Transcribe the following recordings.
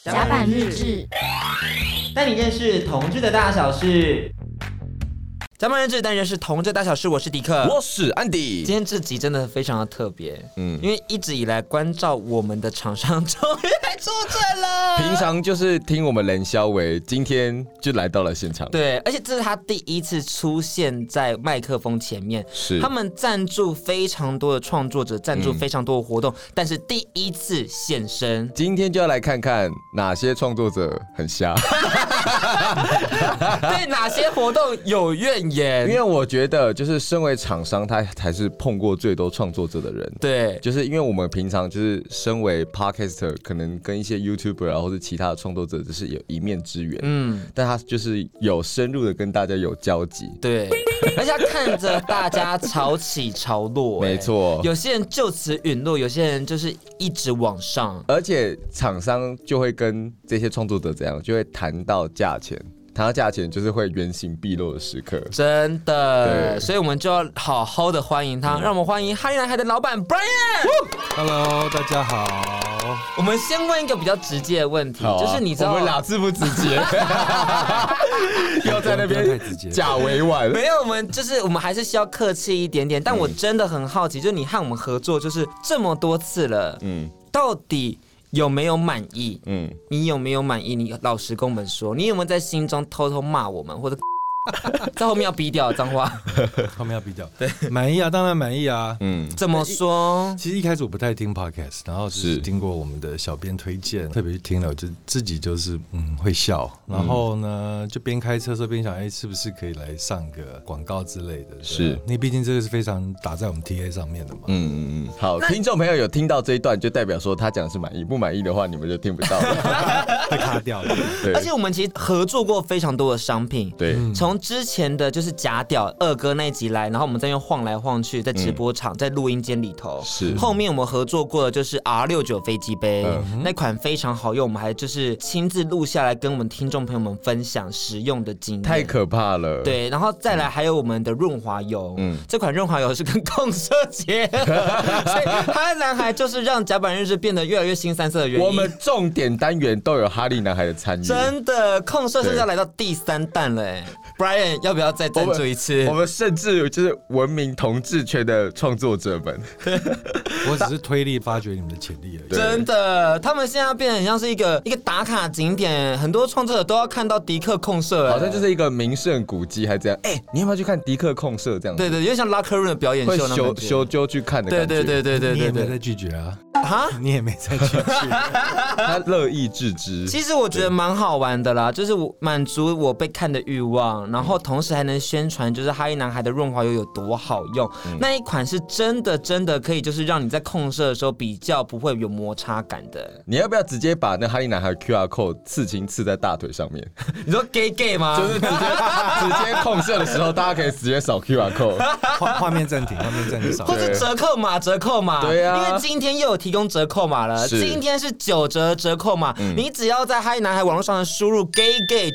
甲板日志， 带你认识同志的大小事。甲板日志，带你认识同志大小事。我是迪克， 我是安迪。 今天这集真的非常的特别，因为一直以来关照我们的厂商终于来出阵了。 平常就是听我们冷肖维，今天就来到了现场。 对，而且这是他第一次出现在麦克风前面。 是他们赞助非常多的创作者，赞助非常多的活动，但是第一次现身。 今天就要来看看哪些创作者很瞎， 对哪些活动有怨言。 因为我觉得，就是身为厂商，他才是碰过最多创作者的人。 对， 就是因为我们平常就是身为 podcaster， 可能跟一些 YouTuber 啊，或者其他的创作者，就是有一面之缘。但他就是有深入的跟大家有交集。 对，而且他看着大家潮起潮落。 没错， 有些人就此陨落，有些人就是一直往上。 而且厂商就会跟这些创作者怎样，就会谈到价钱。谈到价钱，就是会原形毕露的时刻， 真的，所以我们就要好好的欢迎他，让我们欢迎哈利男孩的老板 Brian。Hello， 大家好。 我们先问一个比较直接的问题，就是你知道我们哪次不直接？又在那边假委婉。 没有，我们还是需要客气一点点。但我真的很好奇，就是你和我们合作就是这么多次了，到底有没有满意？你有没有满意？你老实跟我们说，你有没有在心中偷偷骂我们，或者在后面要逼掉脏话？ 后面要逼掉，对，满意啊，当然满意啊。 怎么说？ 其实一开始我不太听 podcast， 然后是经过我们的小编推荐，特别是听了，我就自己就是会笑，然后呢就边开车的时候边想，是不是可以来上个广告之类的？ 是， 因为毕竟这个是非常打在我们 TA 上面的嘛。 好，听众朋友有听到这一段，就代表说他讲的是满意，不满意的话你们就听不到了， 会卡掉了。 而且我们其实合作过非常多的商品， 对， 从之前的就是假屌二哥那一集来，然后我们在用晃来晃去，在直播场，在录音间里头。 是， 后面我们合作过的就是 R69 飞机杯，那款非常好用，我们还就是亲自录下来跟我们听众朋友们分享实用的经验。 太可怕了。 对，然后再来还有我们的润滑油，这款润滑油是跟控色结合，所以哈利男孩就是让甲板日志变得越来越新三色的原因。 我们重点单元都有哈利男孩的参与， 真的，控色是要来到第3弹了哎。Brian 要不要再赞助一次？ 我们甚至就是文明同志圈的创作者们， 我只是推力发掘你们的潜力而已。 真的，他们现在变得很像是一个打卡景点，很多创作者都要看到迪克控社， 好像就是一个名胜古迹，还这样。你要不要去看迪克控社这样子？ 对，有点像拉克润的表演秀那种， 会修揪去看的感觉。 对，你也没在拒绝啊？你也没在拒绝， 他乐意致之。 其实我觉得蛮好玩的啦，就是满足我被看的欲望，然后同时还能宣传，就是哈利男孩的润滑油有多好用。那一款是真的可以，就是让你在控射的时候比较不会有摩擦感的。 你要不要直接把那哈利男孩 QR code 刺在大腿上面？ 你说 gay 吗？ 就是直接控射的时候，大家可以直接扫 QR code。 画面暂停扫， 或是折扣码。 对啊， 因为今天又有提供折扣码了，今天是9折折扣码，你只要在哈利男孩网络上的输入 gay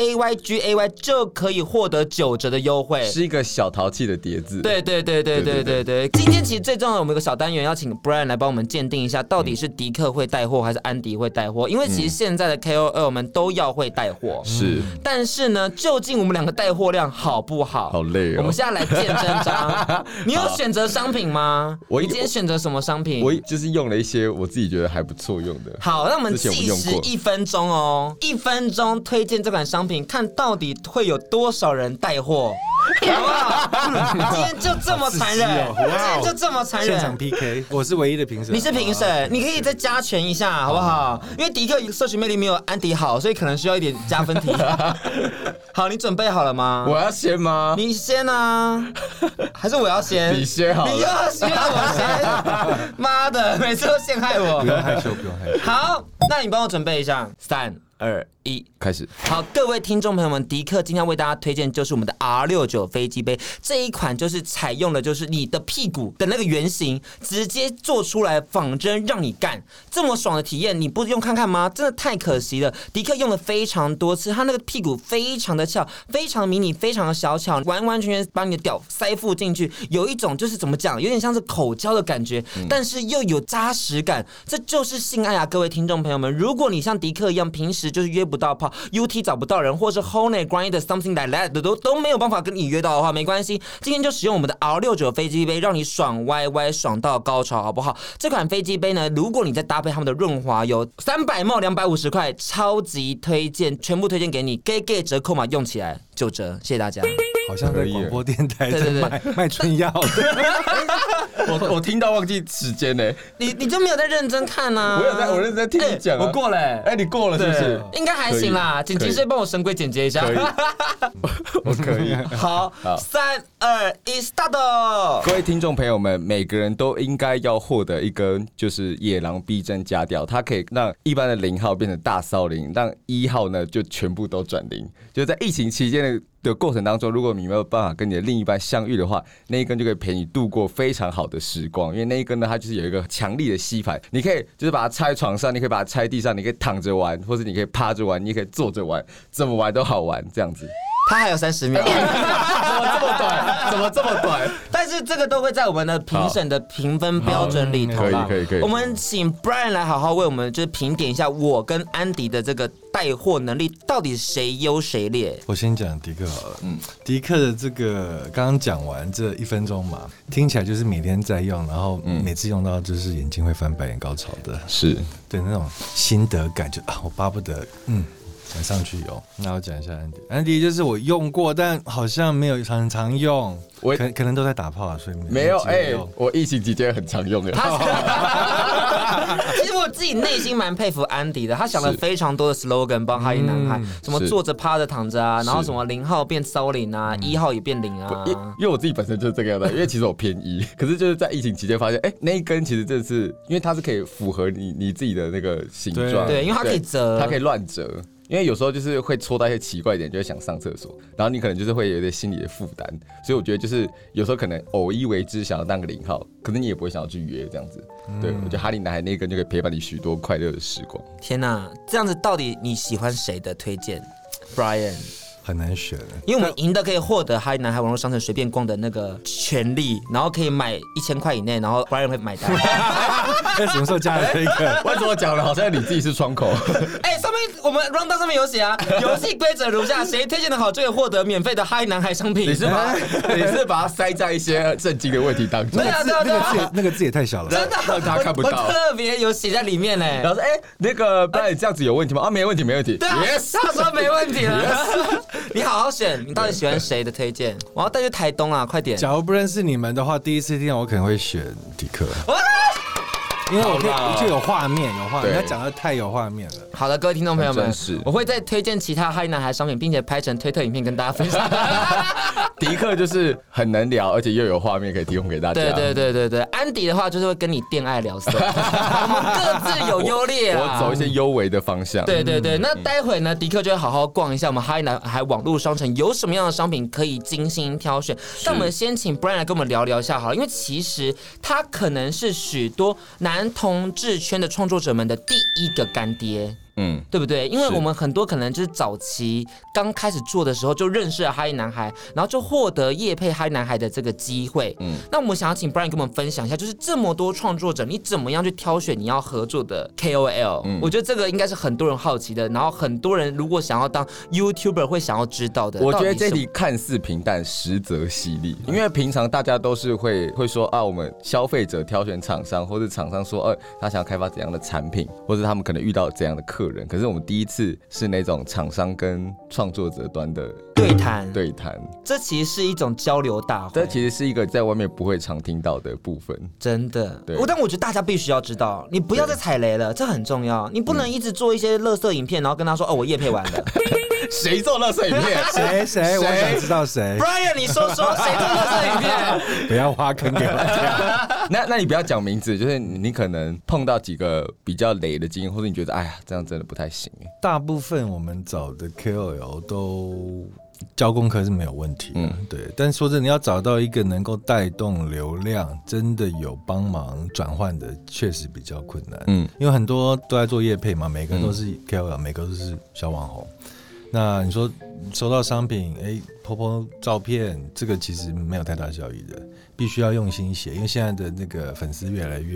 GAY 就可以获得9折的优惠， 是一个小淘气的叠字。 对。今天其实最重要的我们有个小单元，要请 Brian 来帮我们鉴定一下，到底是迪克会带货还是安迪会带货？因为其实现在的 KOL 们都要会带货， 是。 但是呢，究竟我们两个带货量好不好？ 好累哦。 我们现在来见真章。你有选择商品吗？你今天选择什么商品？ 我就是用了一些我自己觉得还不错用的。 好，那我们计时1分钟哦，1分钟推荐这款商品，看到底会有多少人带货。好不好？今天就这么残忍，今天就这么残忍。 现场 PK， 我是唯一的评审。 你是评审，你可以再加权一下，好不好？因为迪克社群魅力没有安迪好，所以可能需要一点加分题。好，你准备好了吗？ 我要先吗？ 你先啊，还是我要先？ 你先好了。 你要先，我先。妈的，每次都陷害我。 不用害羞。 好，那你帮我准备一下，3、2、1， 开始。 好，各位听众朋友们，迪克今天为大家推荐就是我们的 R69 飞机杯，这一款就是采用的就是你的屁股的那个原型，直接做出来仿真让你干，这么爽的体验你不用看看吗？真的太可惜了。迪克用了非常多次，他那个屁股非常的翘，非常迷你，非常的小巧，完完全全把你的屌塞附进去，有一种就是怎么讲，有点像是口交的感觉，但是又有扎实感，这就是性爱啊，各位听众朋友。 友们，如果你像迪克一样，平时就是约不到炮 ，UT 找不到人，或是 Honey Grind something like that 都没有办法跟你约到的话，没关系，今天就使用我们的 R69飞机杯，让你爽歪歪，爽到高潮，好不好？这款飞机杯呢，如果你再搭配他们的润滑油，300ml250块，超级推荐，全部推荐给你 ，gay 折扣码用起来9折，谢谢大家。 好像在广播电台在卖春药的。 我听到忘记时间呢。 你就没有在认真看啊？ 我认真在听你讲。 我过了。 你过了是不是？ 应该还行啦。紧急帮我神鬼剪接一下。 可以，我可以。 好，3、2、1 ，start！ 各位听众朋友们，每个人都应该要获得一根就是野狼逼真加调，它可以让一般的0号变成大骚0，让1号呢就全部都转0。就在疫情期间的过程当中，如果你没有办法跟你的另一半相遇的话，那一根就可以陪你度过非常好的时光。因为那一根呢，它就是有一个强力的吸盘，你可以就是把它插在床上，你可以把它插在地上，你可以躺着玩，或者你可以趴着玩，你也可以坐着玩，怎么玩都好玩，这样子。 它还有30秒， 怎么这么短？ 但是这个都会在我们的评审的评分标准里头啦。 可以。 我们请 Brian 来好好为我们就是评点一下我跟安迪的这个带货能力，到底谁优谁劣？ 我先讲迪克好了。迪克的这个刚刚讲完这1分钟嘛，听起来就是每天在用，然后每次用到就是眼睛会翻白眼高潮的， 是对那种心得感，就我巴不得晚上去用。那我讲一下安迪就是我用过，但好像没有很常用，可能都在打炮，所以没有。我疫情期间很常用的。 其实我自己内心蛮佩服安迪的，他想了非常多的 slogan 帮哈利男孩，什么坐着趴着躺着啊，然后什么0号变骚0啊，1号也变0啊。 因为我自己本身就是这个样的，因为其实我偏1，可是就是在疫情期间发现，那一根其实真的是，因为它是可以符合你自己的那个形状， 对，因为它可以折， 它可以乱折。因为有时候就是会戳到一些奇怪点，就会想上厕所，然后你可能就是会有点心理的负担，所以我觉得就是有时候可能偶一为之想要当个0号，可是你也不会想要去约这样子。对，我觉得哈利男孩那一根就可以陪伴你许多快乐的时光。 天哪，这样子到底你喜欢谁的推荐 ，Brian？ 很难选， 因为我们赢的可以获得哈利男孩网络商城随便逛的那个权利，然后可以买1000块以内，然后 Brian 会买单。 那什么时候加了这个？ 为什么讲的好像你自己是窗口？ 上面我们 rundown 上面有写啊，游戏规则如下，谁推荐的好就可以获得免费的哈利男孩商品。 你是把它塞在一些震惊的问题当中？ 那个字也太小了， 真的让他看不到。 我特别有写在里面呢。 然后说，那个 Brian 这样子有问题吗？没问题。 对啊，他说没问题了。你好好选，你到底喜欢谁的推荐？我要带去台东啊，快点！ 假如不认识你们的话，第一次听我可能会选迪克。因为我可以就有画面，你要讲的太有画面了。 好的，各位听众朋友们，我会再推荐其他哈利男孩商品，并且拍成推特影片跟大家分享。 迪克就是很能聊，而且又有画面可以提供给大家。 对，安迪的话就是会跟你恋爱聊色，我们各自有优劣啊。 我走一些优微的方向。 对，那待会呢，迪克就会好好逛一下我们哈利男孩网络商城有什么样的商品可以精心挑选。但我们先请 Brian 来跟我们聊一下好了，因为其实他可能是许多男同志圈的创作者们的第一个干爹。对不对？因为我们很多可能就是早期刚开始做的时候就认识了哈利男孩，然后就获得业配哈利男孩的这个机会。那我们想要请 Brian 跟我们分享一下，就是这么多创作者，你怎么样去挑选你要合作的 KOL？我觉得这个应该是很多人好奇的，然后很多人如果想要当 YouTuber 会想要知道的。 我觉得这题看似平淡，实则犀利，因为平常大家都是会说我们消费者挑选厂商，或者厂商说他想要开发怎样的产品，或者他们可能遇到怎样的客人，可是我们第一次是那种厂商跟创作者端的对谈， 这其实是一种交流大会， 这其实是一个在外面不会常听到的部分， 真的。但我觉得大家必须要知道，你不要再踩雷了，这很重要。你不能一直做一些垃圾影片，然后跟他说我业配完了。 谁做垃圾影片？ 谁？我想知道谁。 Brian， 你说谁做垃圾影片？ 不要挖坑给我跳。 那你不要讲名字，就是你可能碰到几个比较雷的经验，或者你觉得这样真的不太行。 大部分我们找的 KOL 都交功课是没有问题的，对。但说真的，你要找到一个能够带动流量、真的有帮忙转换的，确实比较困难。因为很多都在做业配嘛，每个都是 KOL，每个都是小网红。那你说收到商品，po 照片，这个其实没有太大效益的，必须要用心写，因为现在的那个粉丝越来越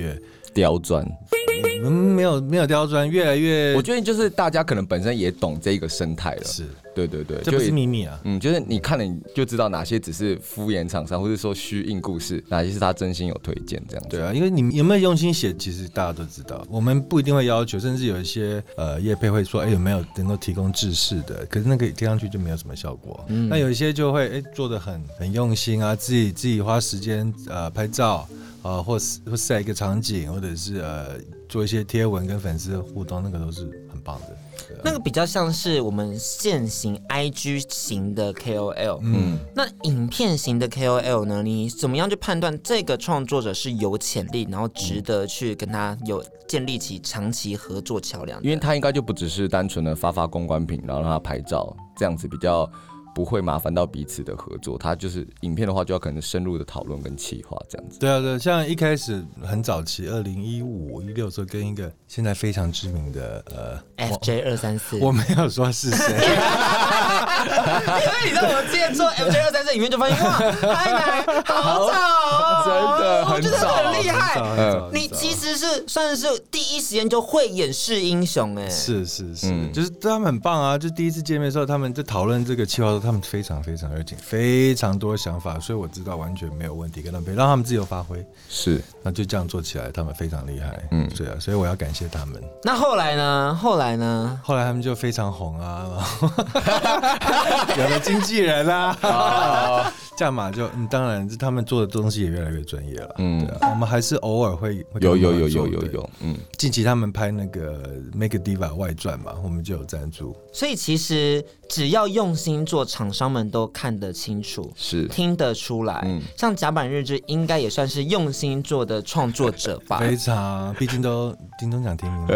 刁钻。 没有刁钻，越来越， 我觉得就是大家可能本身也懂这个生态了， 是， 对， 这不是秘密啊。 就是你看了你就知道哪些只是敷衍厂商，或者说虚应故事，哪些是他真心有推荐这样子。 对啊，因为你有没有用心写，其实大家都知道。我们不一定会要求，甚至有一些业配会说，有没有能够提供制式的？可是那个贴上去就没有什么效果。那有一些就会做得很用心啊，自己花时间拍照。或晒一个场景，或者是做一些贴文跟粉丝的互动，那个都是很棒的。 那个比较像是我们现行 IG 型的 KOL，那影片型的 KOL 呢？你怎么样去判断这个创作者是有潜力，然后值得去跟他有建立起长期合作桥梁？ 因为他应该就不只是单纯的发公关品，然后让他拍照这样子比较。不会麻烦到彼此的合作，他就是影片的话，就要可能深入的讨论跟企划这样子。 对啊，像一开始很早期，2015、16的时候，跟一个现在非常知名的 FJ234， 我没有说是谁， 因为你知道我之前做 FJ234影片就发现，哇，嗨奶好早， 真的很早， 我觉得很厉害。你其实是算是第一时间就会演示英雄哎， 是，就是他们很棒啊！就第一次见面的时候，他们在讨论这个企划的时候，他们非常热情，非常多想法，所以我知道完全没有问题，跟他们让他们自由发挥。 是， 那就这样做起来，他们非常厉害。对啊，所以我要感谢他们。 那后来呢？后来他们就非常红啊，有了经纪人啊，价码就当然他们做的东西也越来越专业了。对啊，我们还是偶尔会有， 近期他们拍那个 Make a Diva 外传嘛，我们就有赞助。 所以其实只要用心做，厂商们都看得清楚， 是听得出来。像甲板日志应该也算是用心做的创作者吧？ 非常，毕竟都金钟奖提名。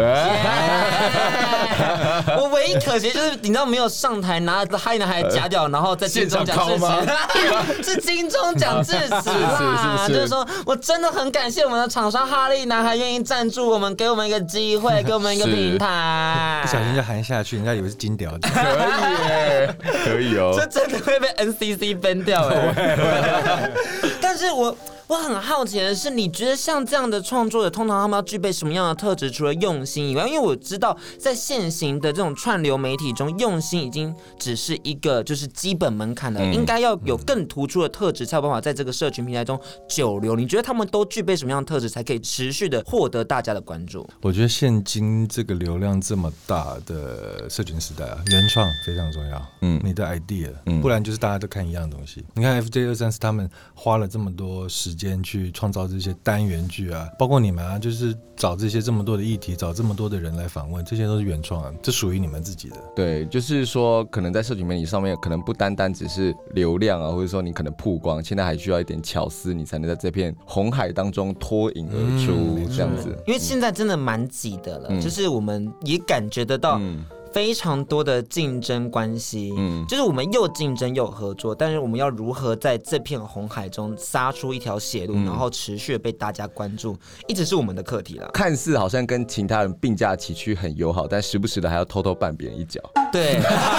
我唯一可惜就是你知道没有上台拿着嗨男孩假屌，然后在金钟奖致辞，是金钟奖致辞啦。就是说我真的很感谢我们的厂商哈利男孩愿意赞助我们，给我们一个机会，给我们一个平台。 不小心就含下去，人家以为是金屌。 可以哦， 这真的会被 NCC ban 掉哎。但是我很好奇的是，你觉得像这样的创作者，通常他们要具备什么样的特质？除了用心以外，因为我知道在现行的这种串流媒体中，用心已经只是一个就是基本门槛了，应该要有更突出的特质，才有办法在这个社群平台中久留。你觉得他们都具备什么样的特质，才可以持续的获得大家的关注？ 我觉得现今这个流量这么大的社群时代啊，原创非常重要。你的 idea，不然就是大家都看一样的东西。你看 FJ234他们花了这么多时间去创造这些单元剧啊，包括你们啊，就是找这么多的议题，找这么多的人来访问，这些都是原创啊，这属于你们自己的。 对，就是说，可能在社群媒体上面，可能不单单只是流量啊，或者说你可能曝光，现在还需要一点巧思，你才能在这片红海当中脱颖而出，这样子。 因为现在真的蛮挤的了，就是我们也感觉得到。非常多的竞争关系，就是我们又竞争又合作，但是我们要如何在这片红海中杀出一条血路，然后持续被大家关注，一直是我们的课题啦。 看似好像跟其他人并驾齐驱很友好，但时不时的还要偷偷绊别人一脚。 对。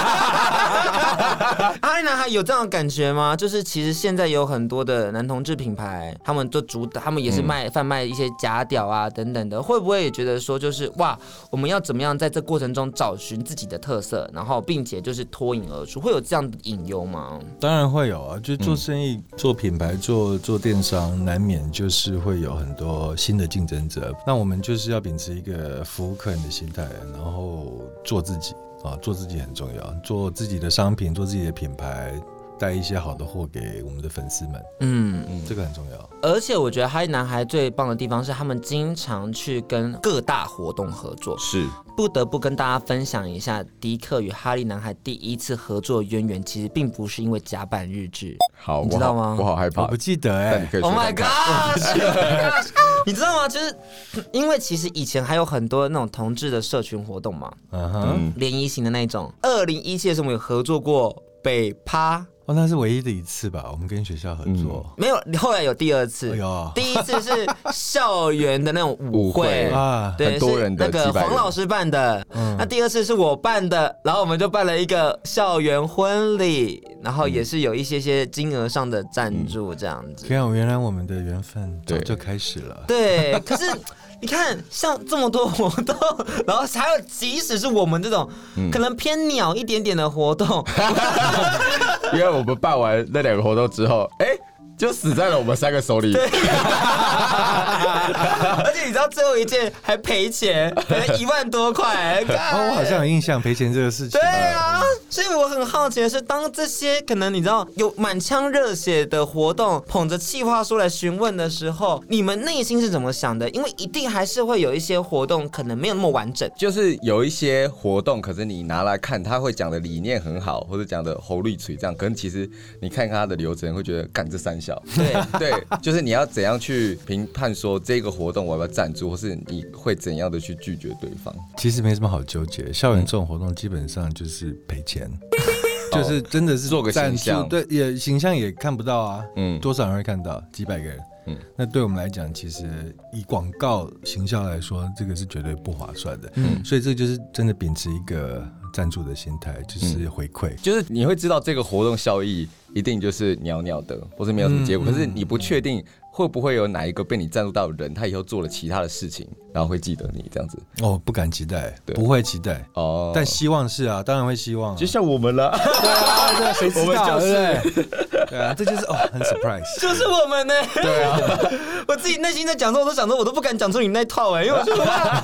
阿丽男孩有这样的感觉吗？就是其实现在有很多的男同志品牌，他们都他们也是贩卖一些假屌啊等等的，会不会也觉得说，就是哇，我们要怎么样在这过程中找寻自己的特色，然后并且就是脱颖而出，会有这样的隐忧吗？ 当然会有啊，就做生意、做品牌、做电商，难免就是会有很多新的竞争者。那我们就是要秉持一个服务客人的心态，然后做自己。做自己很重要，做自己的商品，做自己的品牌，带一些好的货给我们的粉丝们。这个很重要。 而且我觉得哈利男孩最棒的地方是，他们经常去跟各大活动合作。 是， 不得不跟大家分享一下，迪克与哈利男孩第一次合作的渊源，其实并不是因为甲板日志。 好， 你知道吗？ 我好害怕， 我不记得哎。 Oh my god！ 你知道吗？就是因为其实以前还有很多那种同志的社群活动嘛，联谊型的那种。2017的时候，我们有合作过北趴。 那是唯一的一次吧，我们跟学校合作。 没有，后来有第二次。第一次是校园的那种舞会啊， 对， 很多人的， 是那个黄老师办的。那第二次是我办的，然后我们就办了一个校园婚礼，然后也是有一些金额上的赞助这样子。 原来我们的缘分早就开始了。 对，可是你看像这么多活动，然后还有即使是我们这种可能偏鸟一点点的活动， 因为我们办完那2个活动之后，就死在了我们3个手里。 而且你知道最后一件还赔钱，可能1万多块。 我好像有印象赔钱这个事情。 对啊，所以我很好奇的是，当这些可能你知道有满腔热血的活动，捧着企划书来询问的时候，你们内心是怎么想的？因为一定还是会有一些活动可能没有那么完整， 就是有一些活动，可是你拿来看，他会讲的理念很好，或者讲的红绿锤这样，可是其实你看看他的流程，会觉得干这3小。对，就是你要怎样去评判说这个活动我要不要赞助，或是你会怎样的去拒绝对方？其实没什么好纠结，校园这种活动基本上就是赔钱。就是真的是做个形象， 对，也形象也看不到啊，多少人会看到？几百个人，那对我们来讲，其实以广告行销来说，这个是绝对不划算的，所以这就是真的秉持一个赞助的心态，就是回馈， 就是你会知道这个活动效益一定就是袅袅的，或是没有什么结果，可是你不确定会不会有哪一个被你赞助到的人，他以后做了其他的事情，然后会记得你这样子。 不敢期待，不会期待但希望是啊，当然会希望， 就像我们了。 对，谁知道？ 我们就是， 对啊，这就是很 surprise， 就是我们呢。 对啊， 我自己内心在讲的时候，我都想说，我都不敢讲出你那套因为我觉得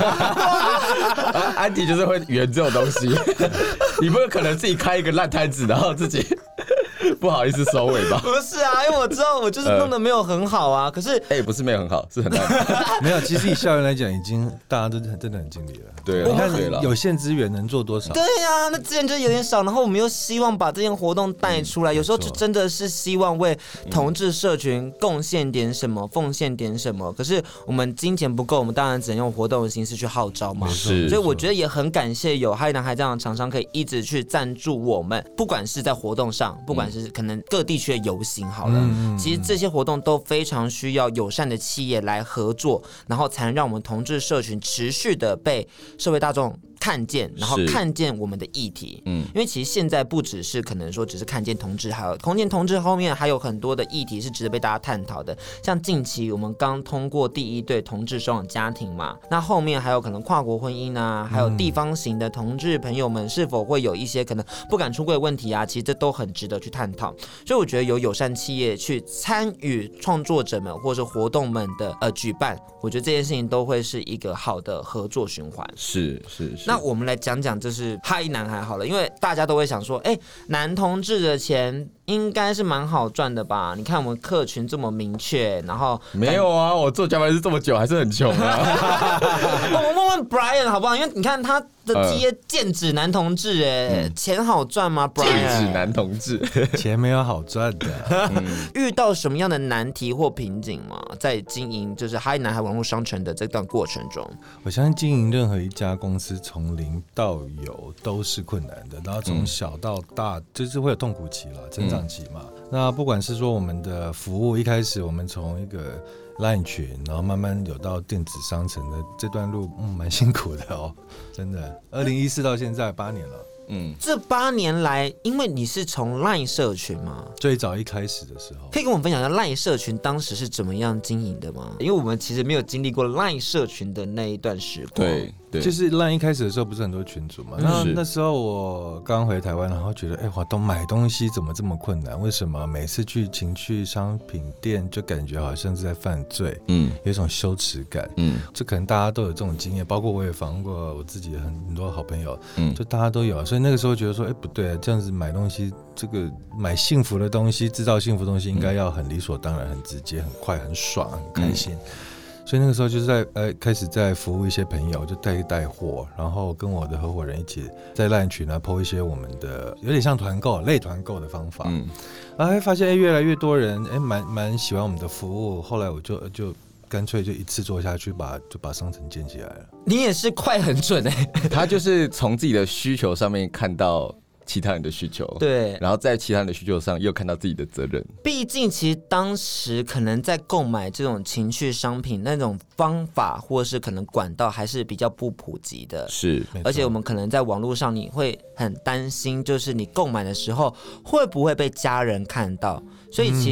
安迪就是会圆这种东西，你不可能自己开一个烂摊子，然后自己不好意思收尾吧？ 不是啊，因为我知道我就是弄得没有很好啊。可是不是没有很好，是很烂。 没有，其实以校园来讲，已经大家都真的很尽力了。 对， 你看有限资源能做多少？ 对啊，那资源就有点少，然后我们又希望把这件活动带出来，有时候就真的是希望为同志社群贡献点什么，奉献点什么。可是我们金钱不够，我们当然只能用活动的形式去号召嘛。 是， 所以我觉得也很感谢有嗨男孩这样的厂商可以一直去赞助我们，不管是在活动上，不管是可能各地区的游行好了，其实这些活动都非常需要友善的企业来合作，然后才能让我们同志社群持续的被社会大众看见，然后看见我们的议题。因为其实现在不只是可能说只是看见同志，还有看见同志后面还有很多的议题是值得被大家探讨的。像近期我们刚通过第1对同志收养家庭嘛，那后面还有可能跨国婚姻啊，还有地方型的同志朋友们是否会有一些可能不敢出柜的问题啊，其实这都很值得去探讨。所以我觉得有友善企业去参与创作者们或是活动们的举办，我觉得这件事情都会是一个好的合作循环。 是。 那我们来讲讲，就是嗨男孩好了，因为大家都会想说，男同志的钱应该是蛮好赚的吧？你看我们客群这么明确，然后没有啊，我做甲板日这么久还是很穷啊。 我们问问 Brian 好不好？因为你看他的 TA 剑指男同志，钱好赚吗 ？Brian 剑指男同志， 钱没有好赚的。 遇到什么样的难题或瓶颈吗？在经营就是嗨男孩网络商城的这段过程中， 我相信经营任何一家公司从零到有都是困难的，然后从小到大就是会有痛苦期啦，成长期嘛。那不管是说我们的服务，一开始我们从一个 LINE 群，然后慢慢有到电子商城的这段路，蛮辛苦的哦，真的。2014到现在8年了。 这8年来，因为你是从 LINE 社群嘛， 最早一开始的时候， 可以跟我们分享一下 LINE 社群当时是怎么样经营的吗？因为我们其实没有经历过 LINE 社群的那一段时光。 对， 就是 LINE 一开始的时候不是很多群组嘛，那时候我刚回台湾，然后觉得买东西怎么这么困难？为什么每次去情趣商品店就感觉好像是在犯罪？有一种羞耻感。这可能大家都有这种经验，包括我也访问过我自己很多好朋友，就大家都有，所以那个时候觉得说，不对啊，这样子买东西，这个买幸福的东西，制造幸福的东西，应该要很理所当然、很直接、很快、很爽、很开心。所以那个时候就是在开始在服务一些朋友，就带货，然后跟我的合伙人一起在 LINE 群po一些我们的有点像团购、类团购的方法，然后发现越来越多人蛮喜欢我们的服务，后来我就干脆就一次做下去，就把商城建起来了。 你也是快很准他就是从自己的需求上面看到其他人的需求， 对， 然后在其他人的需求上又看到自己的责任。 毕竟其实当时可能在购买这种情趣商品那种方法或是可能管道还是比较不普及的， 是， 而且我们可能在网络上你会很担心，就是你购买的时候会不会被家人看到，所以其实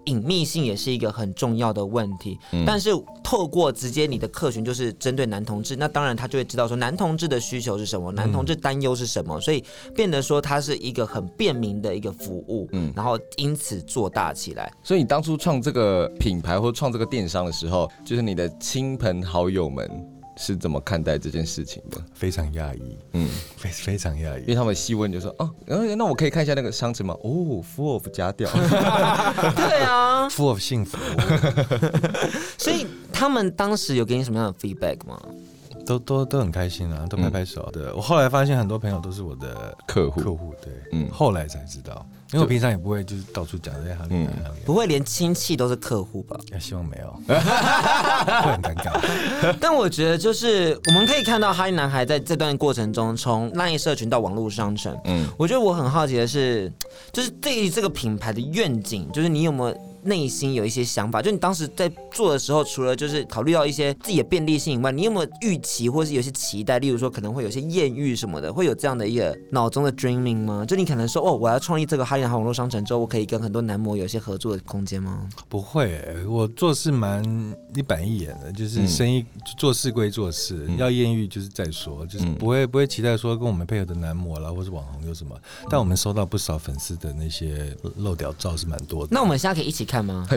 隐秘性也是一个很重要的问题。但是透过直接你的客群就是针对男同志，那当然他就会知道说男同志的需求是什么，男同志担忧是什么，所以变得说它是一个很便民的一个服务，然后因此做大起来。 所以你当初创这个品牌或创这个电商的时候，就是你的亲朋好友们是怎么看待这件事情的？ 非常压抑，非常压抑， 因为他们细问就说，哦，那我可以看一下那个商城吗？哦 ，full of 加掉， 对啊 ，full of 幸福， 所以他们当时有给你什么样的 feedback 吗？ 都很开心啊，都拍拍手的。我后来发现很多朋友都是我的客户，对，后来才知道，因为我平常也不会就是到处讲这些哈利男孩， 不会连亲戚都是客户吧？ 希望没有，会很尴尬。 但我觉得就是我们可以看到哈利男孩在这段过程中，从LINE社群到网络商城，我觉得我很好奇的是，就是对于这个品牌的愿景，就是你有没有内心有一些想法？就你当时在做的时候，除了就是考虑到一些自己的便利性以外，你有没有预期或是有些期待？例如说可能会有些艳遇什么的，会有这样的一个脑中的 dreaming 吗？就你可能说，我要创立这个哈利男孩网络商城之后，我可以跟很多男模有一些合作的空间吗？ 不会，我做事蛮一板一眼的，就是生意做事归做事，要艳遇就是再说，就是不会期待说跟我们配合的男模啦或是网红有什么。但我们收到不少粉丝的那些漏屌照是蛮多的。 那我们现在可以一起看吗？ 很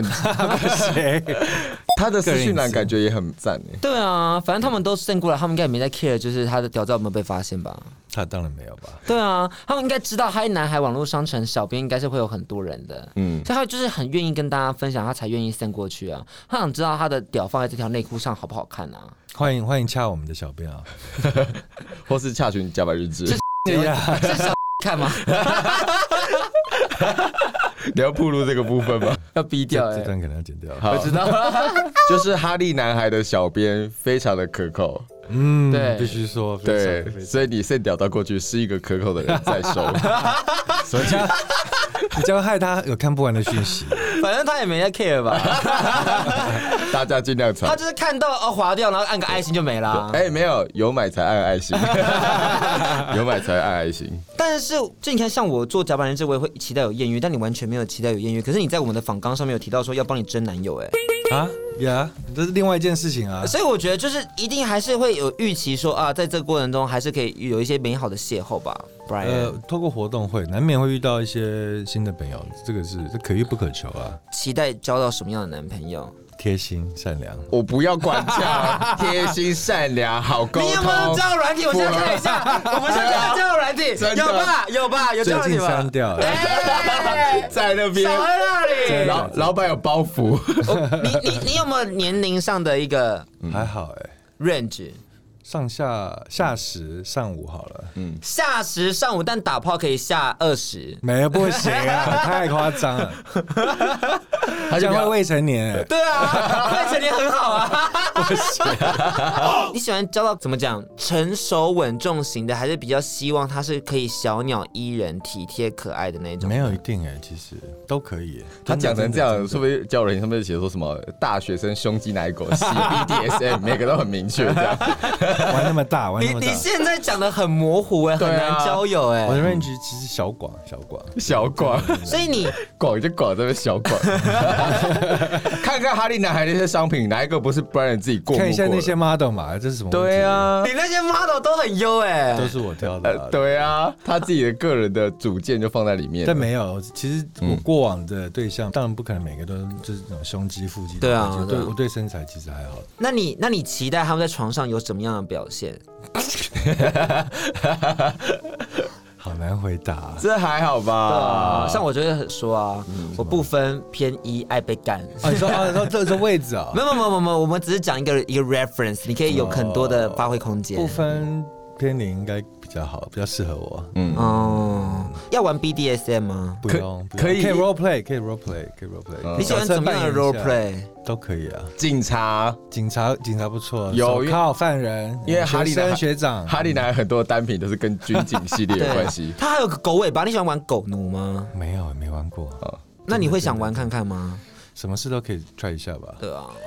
他的私讯栏感觉也很赞耶。 对啊，反正他们都send过来，他们应该也没在 care， 就是他的屌照有没有被发现吧？ 他当然没有吧？ 对啊，他们应该知道哈利男孩网络商城小编应该是会有很多人的，所以他就是很愿意跟大家分享，他才愿意send过去啊。他想知道他的屌放在这条内裤上好不好看啊？ 欢迎洽我们的小编啊， 或是洽询甲板日志。 对呀，是小看吗？ 你要暴露这个部分吗？ 要逼掉这段可能要剪掉。 我知道， 就是哈利男孩的小编非常的可口。 对， 必须说， 对，所以你send屌到过去是一个可口的人在收， 所以你将害他有看不完的讯息。 反正他也没在 care 吧， 大家尽量传。 他就是看到划掉，然后按个爱心就没了。 没有买才按爱心，有买才按爱心。 但是就你看，像我做甲板人质，我也会期待有艳遇，但你完全没有期待有艳遇。可是你在我们的访纲上面有提到说要帮你争男友， 这是另外一件事情啊。 所以我觉得就是一定还是会有预期说啊，在这个过程中还是可以有一些美好的邂逅吧。 透过活动会难免会遇到一些新的朋友，这可遇不可求啊。 期待交到什么样的男朋友？ 贴心善良， 我不要管教，贴心善良，好沟通。 你有没有交友软体？我现在看一下，我们现在看交友软体，有吧？有交友软体吧？ 最近删掉了， 在那边， 少在那里。老板有包袱。 你有没有年龄上的一个？ 还好 range。 上下时上午好了， 下时上午，但打炮可以下20， 没有不行啊，太夸张了，他将会未成年， 对啊，未成年很好啊，不行，你喜欢交到怎么讲成熟稳重型的，还是比较希望他是可以小鸟依人、体贴可爱的那种？ 没有一定其实都可以。 他讲成这样，是不是交友软件上面写说什么大学生胸肌奶狗系 BDSM， 每个都很明确这样。 玩那么大， 你现在讲的很模糊很难交友我的 range 其实小广， 所以你广就广，这边小广。看看哈利男孩那些商品，哪一个不是 Brian 自己过目过？ 看一下那些 model 嘛，这是什么？ 对啊， 你那些 model 都很优都是我挑的。 对啊，他自己的个人的主见就放在里面。 但没有，其实我过往的对象，当然不可能每个都就是那种胸肌、腹肌。 对啊， 我对身材其实还好。 那你期待他们在床上有什么样的表现？ 好难回答， 这还好吧？ 像我就会说我不分偏一，爱被干。 你说这位置啊？ 没有，我们只是讲一个 reference， 你可以有很多的发挥空间。 不分偏零应该比较好，比较适合我。 要玩 BDSM 吗？ 不用， 可以 role play， 可以 role play。 你喜欢怎么样的 role play？ 都可以啊。 警察不错， 有手铐犯人， 因为哈利学长， 哈利男很多单品都是跟军警系列有关系。 他还有个狗尾巴，你喜欢玩狗奴吗？ 没有，没玩过。 那你会想玩看看吗？ 什么事都可以 try 一下吧。 对啊。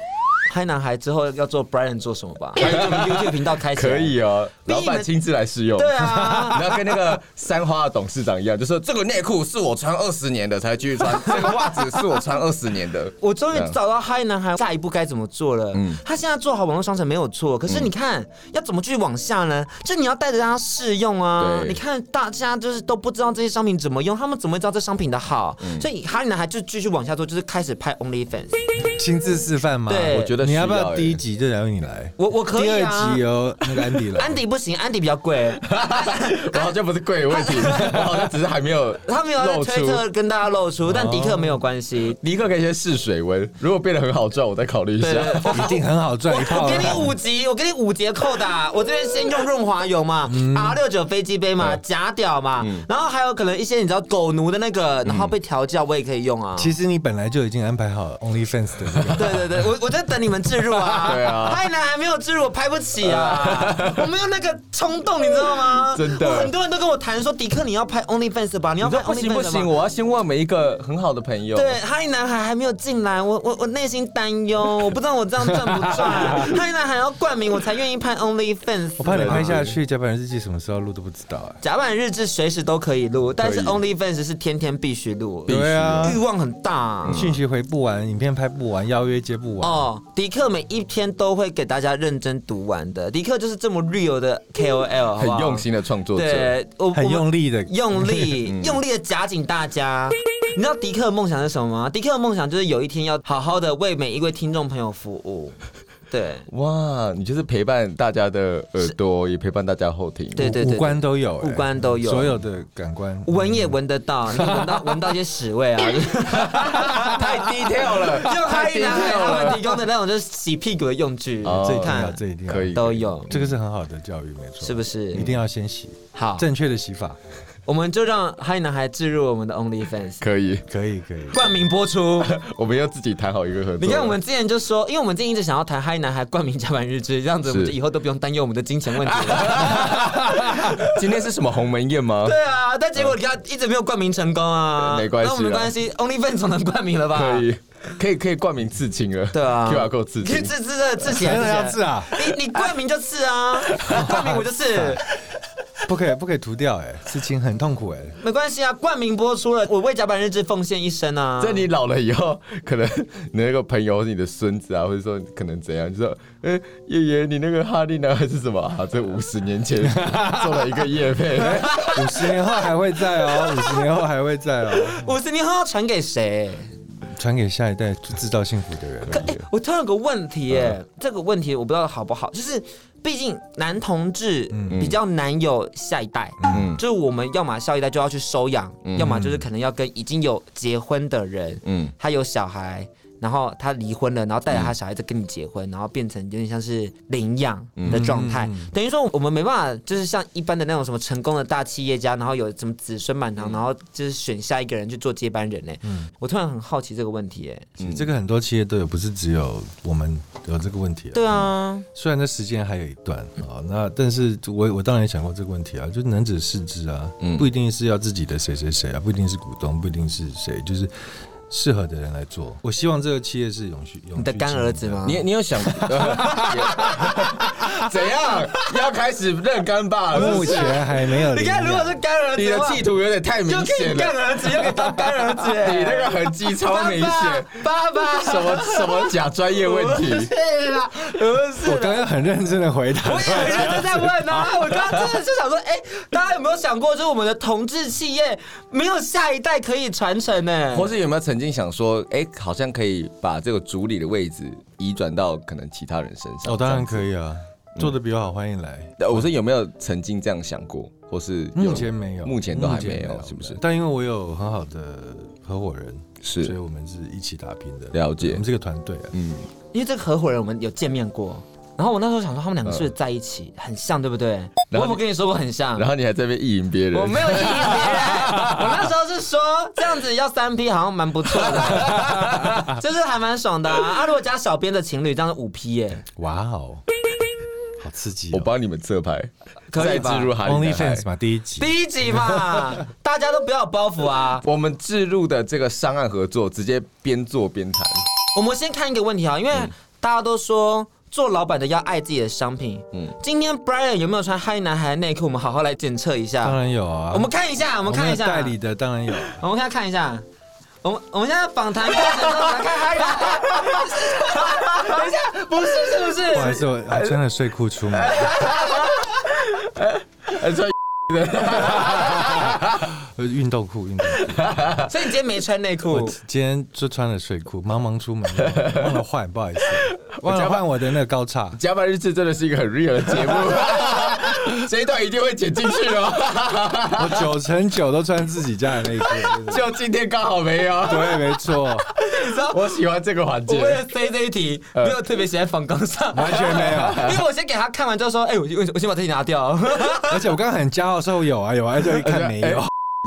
嗨男孩之后要做 Brian 做什么吧？还有这个 YouTube 频道开起来可以哦，老板亲自来试用。 对啊， 你要跟那个三花的董事长一样，就说这个内裤是我穿20年的才继续穿，这个袜子是我穿20年的。 我终于找到嗨男孩下一步该怎么做了。他现在做好网络商城没有错，可是你看要怎么继续往下呢？就你要带着大家试用啊。你看大家就是都不知道这些商品怎么用，他们怎么会知道这商品的好？所以嗨男孩就继续往下做，就是开始拍 OnlyFans。 亲自示范吗？ 对， 我觉得你要不要第1集就由你来？ 我可以啊。 第2集由那个安迪来。 安迪不行，安迪比较贵。 我好像不是贵的问题，我好像只是还没有他没有在推特跟大家露出，但迪克没有关系。 迪克可以先试水温，如果变得很好赚，我再考虑一下。 一定很好赚一炮。 我给你5集，我给你5节扣打。我这边先用润滑油嘛，R69飞机杯嘛，假屌嘛，然后还有可能一些你知道狗奴的那个，然后被调教我也可以用啊。 其实你本来就已经安排好 OnlyFans 的那个。 对对对，我在等你们置入啊。 对啊， 嗨男还没有置入，我拍不起啊。我没有那个冲动，你知道吗？ 真的， 很多人都跟我谈说，迪克你要拍 OnlyFans 吧，你要拍 OnlyFans 吧。 不行不行，我要先问每一个很好的朋友。 对，嗨男孩还没有进来，我内心担忧，我不知道我这样赚不赚。嗨男孩要冠名，我才愿意拍 OnlyFans。 我怕你拍下去，甲板日记什么时候录都不知道啊。 甲板日志随时都可以录，但是 OnlyFans 是天天必须录。 对啊， 欲望很大， 讯息回不完，影片拍不完，邀约接不完。 哦，迪克每一天都会给大家认真读完的。迪克就是这么 real 的 KOL， 很用心的创作者， 对， 很用力的， 用力的夹紧大家。你知道迪克的梦想是什么吗？迪克的梦想就是有一天要好好的为每一位听众朋友服务。对， 哇，你就是陪伴大家的耳朵，也陪伴大家后庭， 对， 五官都有， 五官都有， 所有的感官闻也闻得到，你闻到一些屎味啊， 太detail了， 用嗨男孩他们提供的那种就是洗屁股的用具， 这一定要，这一定要可以都有， 这个是很好的教育，没错， 是不是？ 一定要先洗， 好， 正确的洗法。 我们就让嗨男孩置入我们的 OnlyFans， 可以， 冠名播出。 我们要自己谈好一个合作。 你看，我们之前就说，因为我们之前一直想要谈嗨男孩冠名甲板日志，这样子我们就以后都不用担忧我们的金钱问题了。 今天是什么鸿门宴吗？ 对啊，但结果你看一直没有冠名成功啊。 没关系， 那我们没关系 ，OnlyFans 总能冠名了吧？ 可以冠名刺青了。 对啊 ，QR code 刺青， 可以刺起来， 要刺啊！ 你冠名就刺啊，冠名我就刺。 不可以涂掉刺青很痛苦没关系啊，冠名播出了，我为甲板日志奉献一生啊。 在你老了以后，可能你那个朋友或是你的孙子啊，或者说可能怎样，就说，爷爷，你那个哈利男孩是什么啊？这50年前做了一个业配 ，50年后还会在哦，50年后还会在哦 ，50年后要传给谁？ 传给下一代制造幸福的人。 我突然有个问题这个问题我不知道好不好，就是毕竟男同志比较难有下一代，就是我们要么下一代就要去收养，要么就是可能要跟已经有结婚的人，他有小孩。然后他离婚了，然后带着他小孩子跟你结婚，然后变成有点像是领养的状态，等于说我们没办法，就是像一般的那种什么成功的大企业家，然后有什么子孙满堂，然后就是选下一个人去做接班人我突然很好奇这个问题这个很多企业都有，不是只有我们有这个问题对啊， 虽然这时间还有一段那但是我当然也想过这个问题啊，就是能者视之啊，不一定是要自己的谁谁谁啊，不一定是股东，不一定是谁，就是适合的人来做。我希望这个企业是永续。 你的干儿子吗？ 你有想怎样要开始认干爸了？ 目前还没有。 你看，如果是干儿子， 你的企图有点太明显了。 就可以干儿子，又可以当干儿子。 你那个痕迹超明显。 爸爸， 什么假专业问题？ 是啦， 我刚刚很认真的回答。 我也很认真在问啊。我刚刚真的是想说，大家有没有想过，就是我们的同志企业没有下一代可以传承呢？ 或是有没有曾经想说，好像可以把这个主理的位置移转到可能其他人身上？ 当然可以啊，做的比我好，欢迎来。 我说有没有曾经这样想过，或是目前没有， 目前都还没有，是不是？ 但因为我有很好的合伙人， 是， 所以我们是一起打拼的。 了解， 我们这个团队因为这个合伙人我们有见面过。然后我那时候想说，他们两个是不是在一起很像，对不对？我有没有跟你说过很像？ 然后你还在那边意淫别人？ 我没有意淫别人，我那时候是说这样子要3P 好像蛮不错的，就是还蛮爽的啊。如果加小编的情侣，这样是5P 哇哦，好刺激！ 我帮你们侧拍， 可以吧？ OnlyFans 嘛，第一集嘛，大家都不要有包袱啊。 我们置入的这个商案合作，直接边做边谈。 我们先看一个问题啊，因为大家都说做老板的要爱自己的商品。今天 Brian 有没有穿嗨男孩的内裤？我们好好来检测一下。 当然有啊， 我们看一下，我们看一下代理的当然有。 我们看一下。我们现在访谈过程中来看嗨男孩。等一下，不是是不是？ 不好意思，我还穿了睡裤出门。 还穿运动裤。 所以你今天没穿内裤？ 我今天就穿了睡裤，忙出门忘了换，不好意思，忘了换我的那个高叉。 甲板日志真的是一个很 real 的节目，这一段一定会剪进去哦。 我9成9都穿自己家的内裤， 就今天刚好没有。 对，没错。 我喜欢这个环节。 我为了塞这一题，没有特别写在访纲上， 完全没有。 因为我先给他看完之后说，我先把这题拿掉。 而且我刚刚很骄傲说有啊，就一看没有。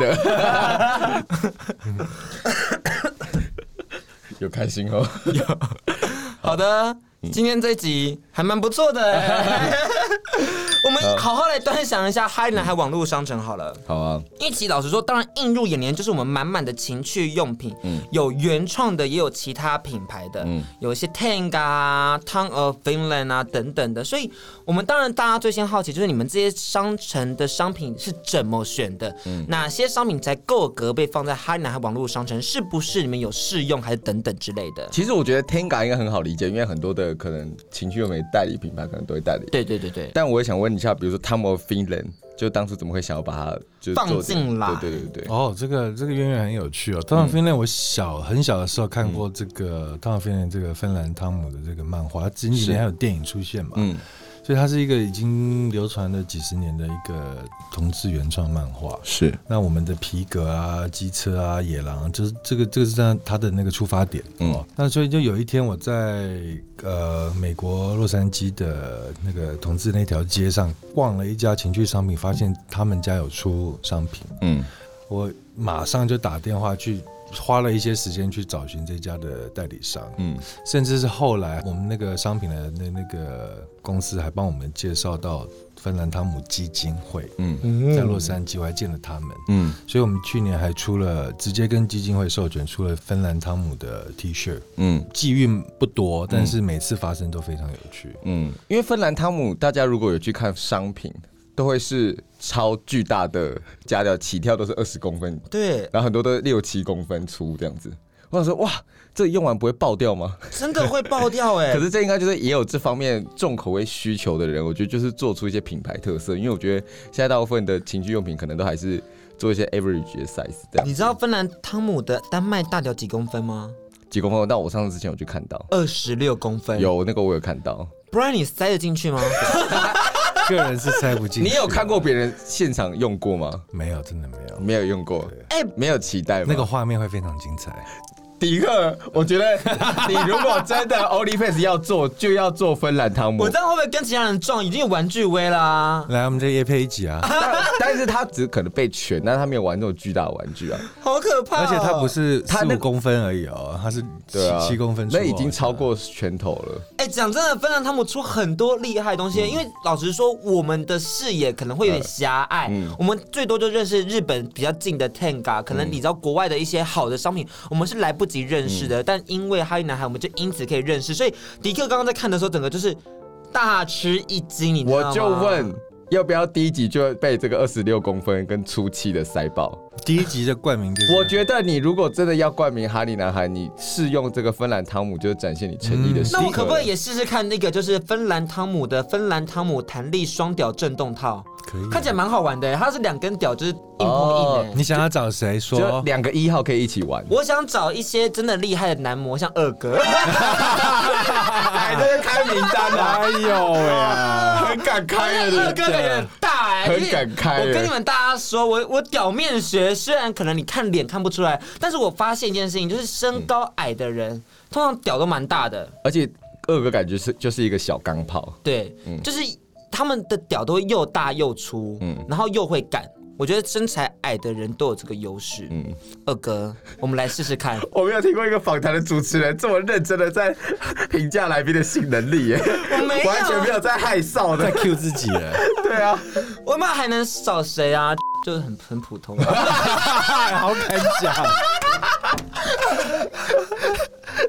有开心哦。 有。好的，今天这一集还蛮不错的。我们好好来端详一下嗨男孩网络商城好了。 好啊。 因为其实老实说，当然映入眼帘就是我们满满的情趣用品，有原创的，也有其他品牌的，有一些 Tang 啊、Tongue of Finland 啊等等的。所以我们当然大家最先好奇就是你们这些商城的商品是怎么选的，哪些商品才够格被放在嗨男孩网络商城，是不是你们有试用还是等等之类的？ 其实我觉得 Tenga 应该很好理解，因为很多的可能情趣用品代理品牌可能都会代理。 对。但我也想问一下，比如说 Tongue of Finland， 就当初怎么会想要把它就放进来？ 对。 哦，这个渊源很有趣哦。Tongue of Finland 我很小的时候看过这个 Tongue of Finland 这个芬兰汤姆的这个漫画，近几年还有电影出现嘛。所以它是一个已经流传了几十年的一个同志原创漫画。是。那我们的皮革啊、机车啊、野狼，就是这个是它的那个出发点。那所以就有一天我在美国洛杉矶的那个同志那条街上逛了一家情趣商品，发现他们家有出商品。我马上就打电话去。花了一些时间去找寻这家的代理商，甚至是后来我们那个商品的那个公司还帮我们介绍到芬兰汤姆基金会，在洛杉矶我还见了他们，所以我们去年还出了直接跟基金会授权出了芬兰汤姆的 T 恤，际遇不多，但是每次发生都非常有趣， 因为芬兰汤姆大家如果有去看商品。都会是超巨大的家调，起跳都是20公分， 对， 然后很多都6、7公分粗这样子。我想说，哇，这用完不会爆掉吗？ 真的会爆掉哎！ 可是这应该就是也有这方面重口味需求的人，我觉得就是做出一些品牌特色，因为我觉得现在大部分的情趣用品可能都还是做一些 average 的 size 这样。 你知道芬兰汤姆的丹麦大屌几公分吗？ 几公分？但我上次之前有去看到 26公分， 有那个我有看到。 不然你塞得进去吗？ 个人是塞不进去。 你有看过别人现场用过吗？ 没有，真的没有， 没有用过。没有期待吗？ 那个画面会非常精彩。 迪克，我觉得你如果真的 OnlyFans 要做，就要做芬兰汤姆。 我这样会不会跟其他人撞？已经有玩具威啦。 来，我们这业配一集啊。 但是他只可能被拳，但他没有玩那种巨大的玩具啊， 好可怕、 而且他不是4、5公分而已哦，他是7公分， 那已经超过拳头了。 讲真的，芬兰汤姆出很多厉害的东西，因为老实说，我们的视野可能会有点狭隘，我们最多就认识日本比较近的 Tenga， 可能你知道国外的一些好的商品，我们是来不及认识的，但因为哈利男孩，我们就因此可以认识。所以迪克刚刚在看的时候，整个就是大吃一惊，你知道吗？ 我就问。要不要第一集就被这个26公分跟粗气的塞爆？ 第一集的冠名就是， 我觉得你如果真的要冠名哈利男孩，你试用这个芬兰汤姆，就是展现你诚意的时刻。 那我可不可以也试试看那个，就是芬兰汤姆的芬兰汤姆弹力双屌震动套？ 可以， 看起来蛮好玩的，它是2根屌，就是硬碰硬。 你想要找谁说？ 就2个1号可以一起玩。 我想找一些真的厉害的男模，像二哥。 还在开名单啊！ 哎呦喂， 很敢开的，二哥感觉很大很敢开。 我跟你们大家说，我屌面学，虽然可能你看脸看不出来，但是我发现一件事情，就是身高矮的人通常屌都蛮大的， 而且二哥感觉就是一个小钢炮。 对，就是他们的屌都又大又粗，然后又会干。我觉得身材矮的人都有这个优势。二哥，我们来试试看。 我没有听过一个访谈的主持人这么认真的在评价来宾的性能力耶， 我没有， 完全没有在害臊的， 在 cue 自己了。 对啊， 我们还能找谁啊？就是很普通。 好敢讲。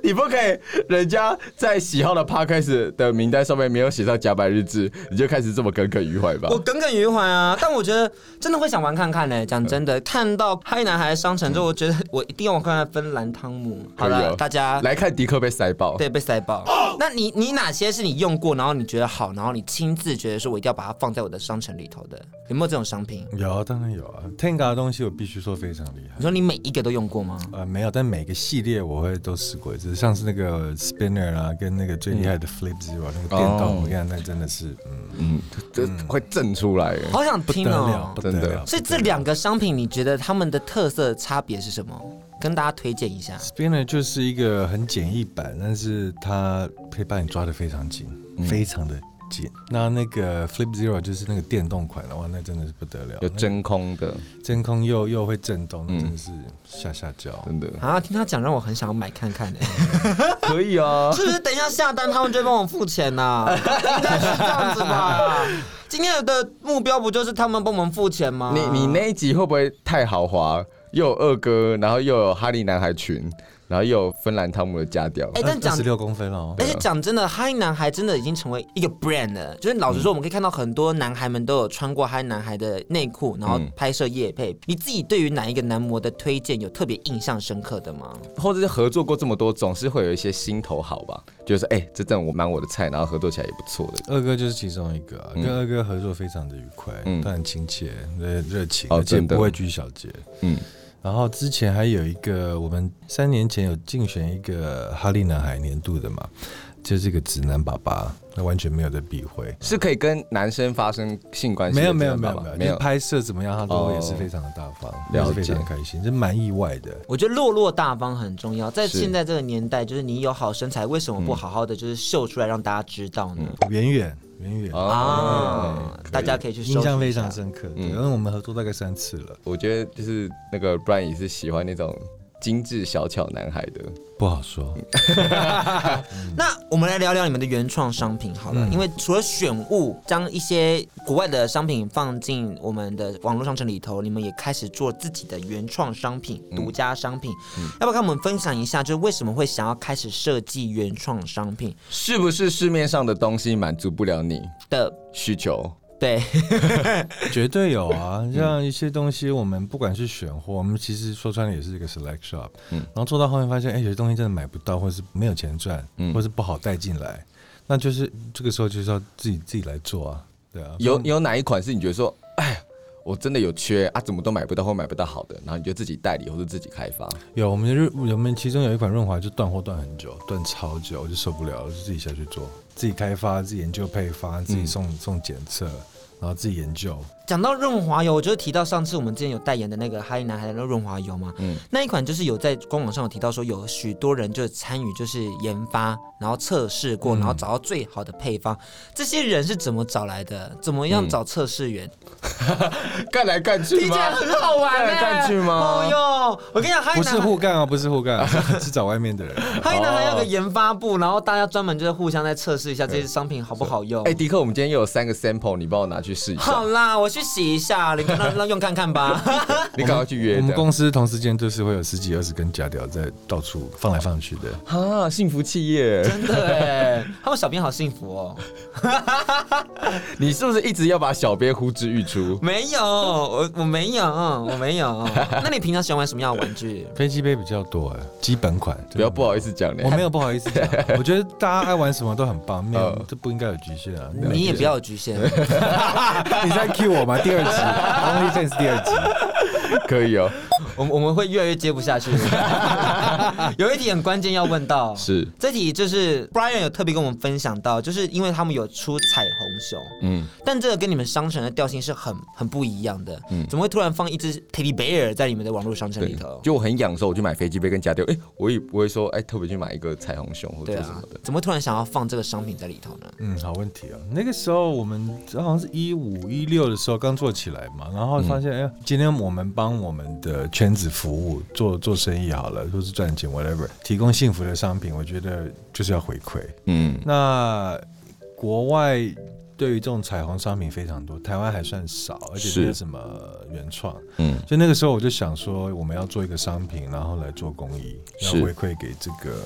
你不可以，人家在喜好的 podcast 的名单上面没有写上甲板日志，你就开始这么耿耿于怀吧？ 我耿耿于怀啊，但我觉得真的会想玩看看呢。讲真的，看到嗨男孩的商城之后，我觉得我一定要玩看看芬兰汤姆。好了，大家来看迪克被塞爆， 对，被塞爆。那你哪些是你用过，然后你觉得好，然后你亲自觉得说我一定要把它放在我的商城里头的？有没有这种商品？ 有，当然有啊。Tenga 的东西我必须说非常厉害。 你说你每一个都用过吗？ 没有，但每个系列我会都试过一次，像是那个 Spinner 啊，跟那个最厉害的 Flip Zero 那个电动，我看那真的是， 这会震出来， 好想听哦， 不得了。 所以这2个商品，你觉得他们的特色差别是什么？跟大家推荐一下。 Spinner 就是一个很简易版，但是它可以把你抓得非常紧，非常的紧。那个 Flip Zero 就是那个电动款的话，那真的是不得了， 有真空的， 真空又会震动，那真的是吓叫， 真的啊！听他讲让我很想要买看看可以啊， 是不是？等一下下单他们就会帮我付钱呐？应该是这样子吧？今天的目标不就是他们帮我们付钱吗？ 你那一集会不会太豪华？又有二哥，然后又有哈利男孩群，然后又有芬兰汤姆的家调。 但讲 16公分哦。 而且讲真的，哈利男孩真的已经成为一个 brand 了。就是老实说，我们可以看到很多男孩们都有穿过哈利男孩的内裤，然后拍摄业配。你自己对于哪一个男模的推荐有特别印象深刻的吗？ 或者是合作过这么多，总是会有一些心头好吧？就是这真的蛮我的菜，然后合作起来也不错的。 二哥就是其中一个啊，跟二哥合作非常的愉快，他很亲切、热情，而且不会拘小节。然后之前还有一个，我们3年前有竞选一个哈利男孩年度的嘛，就是一个直男爸爸，那完全没有在避讳， 是可以跟男生发生性关系的。 没有，拍摄怎么样，他都也是非常的大方，也是非常开心，这蛮意外的。 我觉得落落大方很重要，在现在这个年代，就是你有好身材，为什么不好好的就是秀出来让大家知道呢？ 远啊，大家可以去收， 印象非常深刻。因为我们合作大概3次了。 我觉得就是那个 Brian 也是喜欢那种精致小巧男孩的， 不好说。 那我们来聊聊你们的原创商品好了，因为除了选物，将一些国外的商品放进我们的网络商城里头，你们也开始做自己的原创商品、独家商品。要不要跟我们分享一下，就是为什么会想要开始设计原创商品？ 是不是市面上的东西满足不了你的需求？ 对， 绝对有啊！像一些东西，我们不管是选货，我们其实说穿了也是一个 select shop，然后做到后面发现，有些东西真的买不到，或是没有钱赚，或是不好带进来，那就是这个时候就是要自己来做啊，对啊。 有哪一款是你觉得说，我真的有缺啊，怎么都买不到或买不到好的，然后你就自己代理或者自己开发？ 有，我们其中有一款润滑就断货断很久，断超久，我就受不了了，就自己下去做，自己开发，自己研究配方，自己送检测，然后自己研究。 讲到润滑油，我就提到上次我们之前有代言的那个哈利男孩的那个润滑油嘛，那一款就是有在官网上有提到说，有许多人就参与就是研发，然后测试过，然后找到最好的配方。这些人是怎么找来的？怎么样找测试员？ 干来干去吗？ 听起来很好玩， 干来干去吗？ 哦哟，我跟你讲， 不是互干啊，不是互干，是找外面的人。 哈利男孩有个研发部，然后大家专门就是互相在测试一下这些商品好不好用。 迪克，我们今天又有3个 sample， 你帮我拿去试一下。 好啦，我去洗一下，你让用看看吧。 你赶快去约。 我们公司同时间就是会有10几20根假屌在到处放来放去的。 幸福企业， 真的哎，他们小编好幸福哦。 你是不是一直要把小编呼之欲出？ 没有，我没有。那你平常喜欢玩什么样的玩具？ 飞机杯比较多，基本款。 不要不好意思讲， 我没有不好意思讲。我觉得大家爱玩什么都很棒，没有这不应该有局限啊。 你也不要有局限。 你在 cue 我吗？第2集 ，OnlyFans 第2集。 可以哦， 我们会越来越接不下去。有一题很关键要问到， 是这题就是 Brian 有特别跟我们分享到，就是因为他们有出彩虹熊，但这个跟你们商城的调性是很不一样的，怎么会突然放一只 Teddy Bear 在你们的网络商城里头？ 就我很痒的时候，我就买飞机杯跟家电，我也不会说特别去买一个彩虹熊或者什么的。 怎么会突然想要放这个商品在里头呢？ 好问题啊。那个时候我们好像是15、16的时候刚做起来嘛，然后发现今天我们帮我们的圈子服务，做生意好了，或是赚钱 whatever， 提供幸福的商品，我觉得就是要回馈。那国外对于这种彩虹商品非常多，台湾还算少，而且没有什么原创。所以那个时候我就想说，我们要做一个商品，然后来做公益，要回馈给这个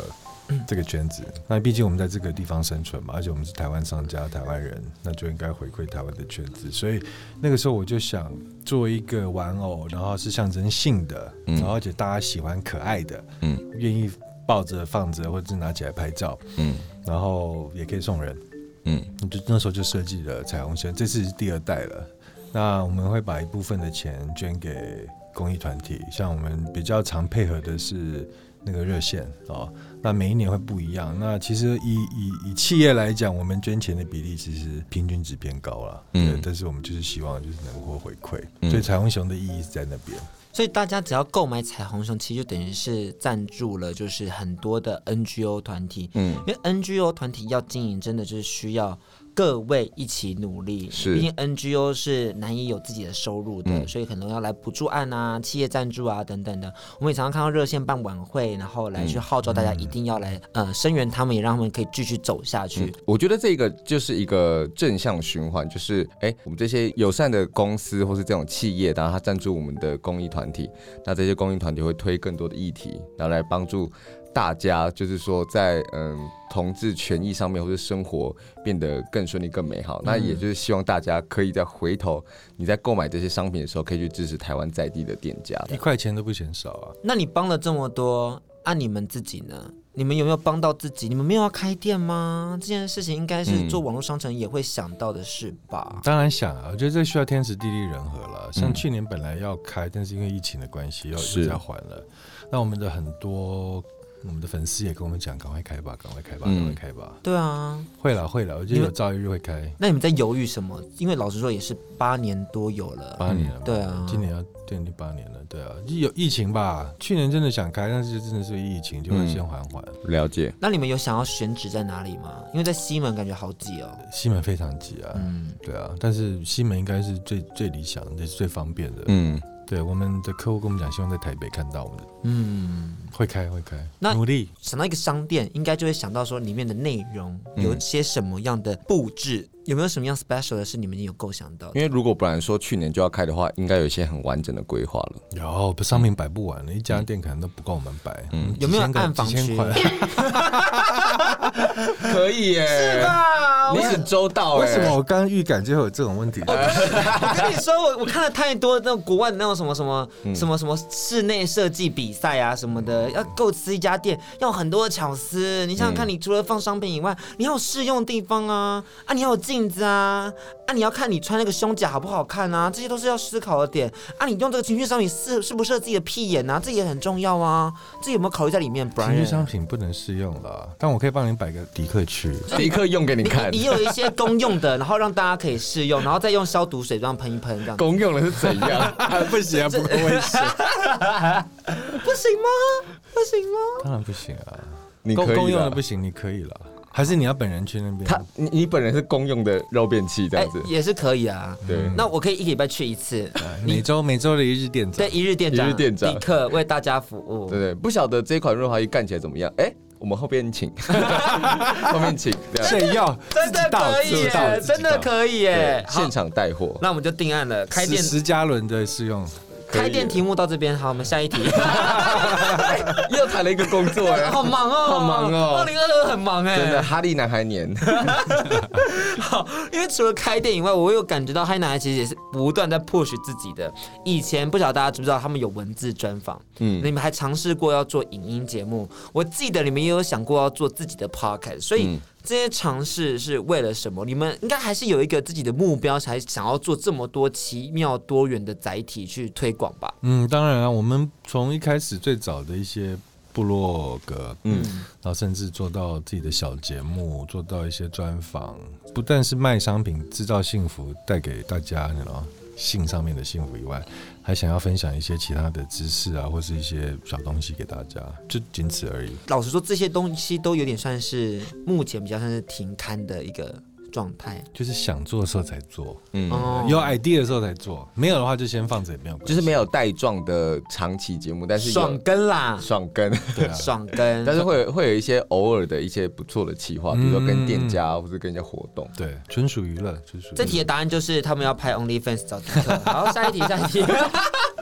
这个圈子。那毕竟我们在这个地方生存嘛，而且我们是台湾商家、台湾人，那就应该回馈台湾的圈子。所以那个时候我就想做一个玩偶，然后是象征性的，然后而且大家喜欢可爱的，愿意抱着放着或者拿起来拍照，然后也可以送人，就那时候就设计了彩虹线，这次是第2代了。那我们会把一部分的钱捐给公益团体，像我们比较常配合的是那个热线哦，那每一年会不一样。那其实以企业来讲，我们捐钱的比例其实平均值偏高了，对，但是我们就是希望就是能够回馈，所以彩虹熊的意义是在那边。 所以大家只要购买彩虹熊，其实就等于是赞助了，就是很多的 NGO 团体。因为 NGO 团体要经营，真的就是需要各位一起努力。是，毕竟 NGO 是难以有自己的收入的，所以可能要来补助案啊、企业赞助啊等等的。我们也常常看到热线办晚会，然后来去号召大家一定要来声援他们，也让他们可以继续走下去。 我觉得这个就是一个正向循环，就是我们这些友善的公司或是这种企业，然后他赞助我们的公益团体，那这些公益团体会推更多的议题，然后来帮助大家，就是说在同志权益上面或者生活变得更顺利、更美好。那也就是希望大家可以再回头，你在购买这些商品的时候，可以去支持台湾在地的店家 ，1块钱都不嫌少啊。 那你帮了这么多，你们自己呢？你们有没有帮到自己？你们没有要开店吗？这件事情应该是做网络商城也会想到的事吧？ 当然想啊，我觉得这需要天时地利人和了。像去年本来要开，但是因为疫情的关系，要再缓了。那我们的很多。我们的粉丝也跟我们讲，赶快开吧，赶快开吧，赶快开吧。 对啊， 会了，我觉得有朝一日会开。 那你们在犹豫什么？因为老实说，也是8年多有了。 8年了， 对啊， 今年要奠定8年了，对啊，有疫情吧？去年真的想开，但是真的是疫情，就会先缓缓。 了解。 那你们有想要选址在哪里吗？因为在西门感觉好挤哦。 西门非常挤啊，对啊，但是西门应该是最理想的，也是最方便的，对，我们的客户跟我们讲，希望在台北看到我们。会开。 那努力想到一个商店，应该就会想到说里面的内容有些什么样的布置，有没有什么样 special 的是你们有构想到的？ 因为如果不然说去年就要开的话，应该有一些很完整的规划了。 有，商品摆不完了，一家店可能都不够我们摆。 有没有暗房区？ 可以耶， 是吧？ 你很周到为什么我刚刚预感就会有这种问题？ 我跟你说，我看了太多那种国外的那种什么室内设计比赛啊什么的，要构思一家店要有很多的巧思。你想想看，你除了放商品以外，你要有试用的地方啊，你要有镜子啊，你要看你穿那个胸甲好不好看啊，这些都是要思考的点啊。你用这个情趣商品适不适合自己的屁眼啊，这也很重要啊。这有没有考虑在里面？ 情趣商品不能试用了，但我可以帮你摆个迪克区， 迪克用给你看。 你有一些公用的，然后让大家可以试用，然后再用消毒水这样喷一喷，这样。 公用的是怎样？ 不行啊，不够危险。 不行吗？不行吗？ 当然不行啊！ 你可以公用的不行，你可以了。还是你要本人去那边？ 你本人是公用的肉便器这样子， 也是可以啊。 对， 那我可以1个礼拜去1次， 每周的一日店长， 对，一日店长立刻为大家服务。 对，不晓得这款润滑液干起来怎么样？我们后面请，后面请， 炫耀， 真的可以耶，真的可以耶， 现场带货。 那我们就定案了，开店 10加仑的试用。 开店题目到这边，好，我们下一题。 又谈了一个工作好忙哦， 好忙哦 ，2022很忙真的哈利男孩年。 好，因为除了开店以外，我有感觉到哈利男孩其实也是不断在 push 自己的。以前不晓得大家知不知道，他们有文字专访，你们还尝试过要做影音节目，我记得你们也有想过要做自己的 podcast， 所以。这些尝试是为了什么？你们应该还是有一个自己的目标，才想要做这么多奇妙多元的载体去推广吧？ 当然啊，我们从一开始最早的一些部落格，然后甚至做到自己的小节目，做到一些专访，不但是卖商品、制造幸福，带给大家性上面的幸福以外，还想要分享一些其他的知识啊，或是一些小东西给大家，就仅此而已。 老实说，这些东西都有点算是目前比较算是停刊的一个状态， 就是想做的时候才做，有 idea 的时候才做，没有的话就先放着也没有关系。 就是没有带状的长期节目，但是爽更啦， 爽更， 对啊， 爽更， 但是会有一些偶尔的一些不错的企划，比如说跟店家或者跟人家活动， 对，纯属娱乐。 这题的答案就是他们要拍 OnlyFans 找迪克。好，下一题。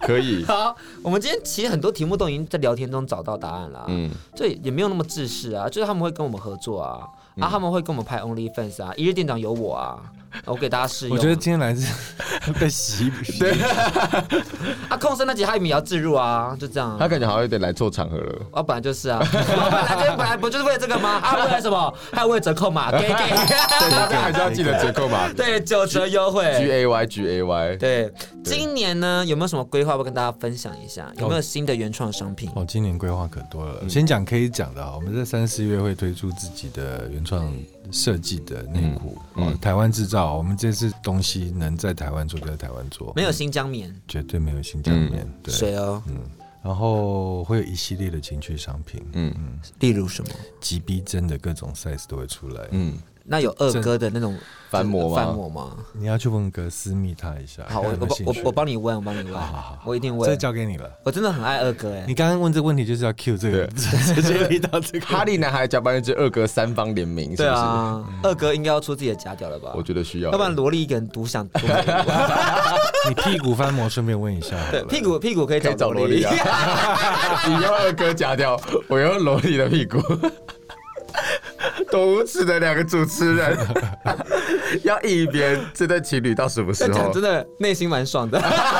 可以。 好，我们今天其实很多题目都已经在聊天中找到答案了，所以也没有那么制式啊，就是他们会跟我们合作啊，他们会跟我们拍 OnlyFans 啊，一日店长有我啊，我给大家试用。 我觉得今天来是被洗对控生那集他也要置入啊，就这样。 他感觉好像有点来错场合了。 本来就是啊，本来不就是为了这个吗？为了什么？还有为了折扣码，给。 对，大家还是要记得折扣码。 对，9折优惠。 GAY。 对，今年呢有没有什么规划？我跟大家分享一下，有没有新的原创商品？ 今年规划可多了。先讲可以讲的，我们在3、4月会推出自己的原创设计的内裤，台湾制造。我们这次东西能在台湾做就在台湾做， 没有新疆棉， 绝对没有新疆棉。对， 水哦。 然后会有一系列的情趣商品， 例如什么？ 极逼真的各种 size 都会出来， 那有二哥的那种翻模吗？ 你要去问哥私密他一下。 好，我帮你问， 好， 我一定问。 这交给你了。 我真的很爱二哥哎。 你刚刚问这个问题就是要 cue 这个，直接遇到这个。 哈利男孩加班日二哥3方联名，是不是？ 对啊，二哥应该要出自己的假屌了吧？ 我觉得需要， 要不然萝莉一个人独享。 你屁股翻模，顺便问一下。 对，屁股可以找萝莉啊。你用二哥假屌，我用萝莉的屁股。多无耻的2个主持人，要一边这对情侣到什么时候？ 真的内心蛮爽的。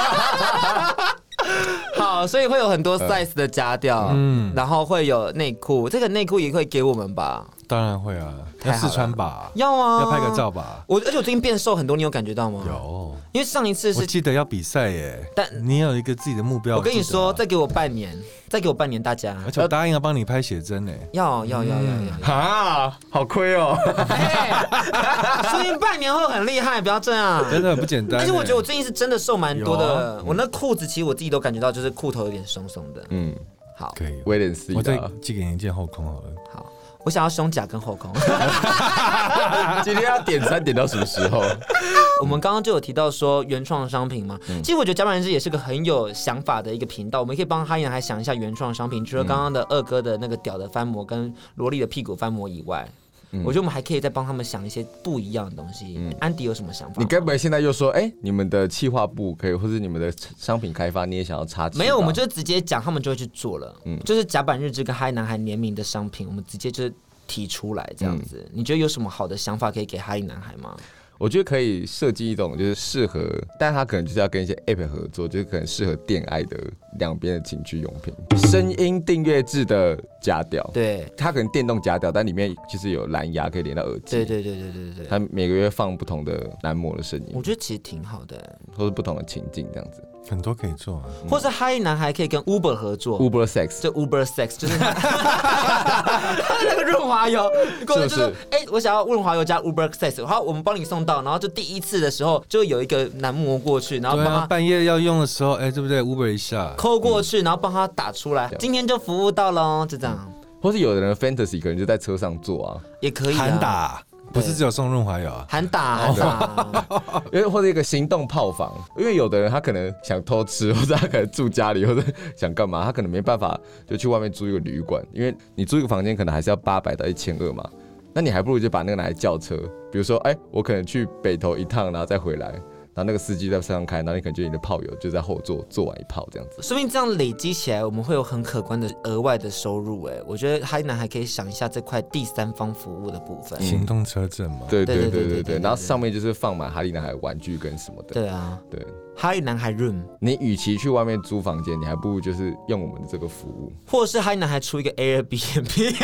好，所以会有很多 size 的假屌，然后会有内裤，这个内裤也会给我们吧？ 当然会啊，要试穿吧？ 要啊， 要拍个照吧？ 而且我最近变瘦很多，你有感觉到吗？ 有， 因为上一次是我记得要比赛耶，但你有一个自己的目标。 我跟你说，再给我半年，大家。 而且我答应要帮你拍写真呢。 要啊，好亏哦！ 说明半年后很厉害，不要这样， 真的很不简单。 而且我觉得我最近是真的瘦蛮多的，我那裤子其实我自己都感觉到，就是裤头有点松松的。好， 可以， 威廉斯， 我再寄给你一件后空好了。 好。我想要胸甲跟后空。 今天要点餐点到什么时候？ 我们刚刚就有提到说原创商品嘛，其实我觉得甲板日志也是个很有想法的一个频道，我们可以帮哈利男孩想一下原创商品，除了刚刚的二哥的那个屌的翻模跟萝莉的屁股翻模以外。我觉得我们还可以再帮他们想一些不一样的东西。安迪有什么想法？ 你该不会现在又说，你们的企划部可以，或者你们的商品开发，你也想要插旗？ 没有，我们就直接讲，他们就会去做了。就是甲板日志跟哈利男孩联名的商品，我们直接就是提出来这样子。你觉得有什么好的想法可以给哈利男孩吗？ 我觉得可以设计一种就是适合，但他可能就是要跟一些 App 合作，就是可能适合恋爱的两边的情趣用品，声音订阅制的假屌， 对， 它可能电动假屌，但里面就是有蓝牙可以连到耳机， 对， 它每个月放不同的男模的声音， 我觉得其实挺好的， 或是不同的情境这样子。 很多可以做啊， 或是哈利男孩可以跟 Uber 合作 ，Uber Sex， 就 Uber Sex 就是那个润滑油，过来就是我想要润滑油加 Uber Sex， 好，我们帮你送到，然后就第一次的时候就有一个男模过去，然后帮他半夜要用的时候，对不对 ？Uber 一下扣过去，然后帮他打出来，今天就服务到了，就这样。 或是有的人 Fantasy 可能就在车上做啊， 也可以喊打。不是只有送润滑油啊， 喊打， 因为或者一个行动炮房，因为有的人他可能想偷吃，或者他可能住家里，或者想干嘛，他可能没办法就去外面租一个旅馆，因为你租一个房间可能还是要800到1200嘛，那你还不如就把那个拿来叫车，比如说我可能去北投一趟，然后再回来。然后那个司机在车上开，然后你可能觉得你的炮友就在后座做完一炮这样子， 说明这样累积起来，我们会有很可观的额外的收入。我觉得哈利男还可以想一下这块第三方服务的部分， 行动车阵嘛。 对，然后上面就是放满哈利男孩玩具跟什么的。 对啊， 对。 哈利男孩 room， 你与其去外面租房间，你还不如就是用我们的这个服务， 或者是哈利男孩出一个 Airbnb。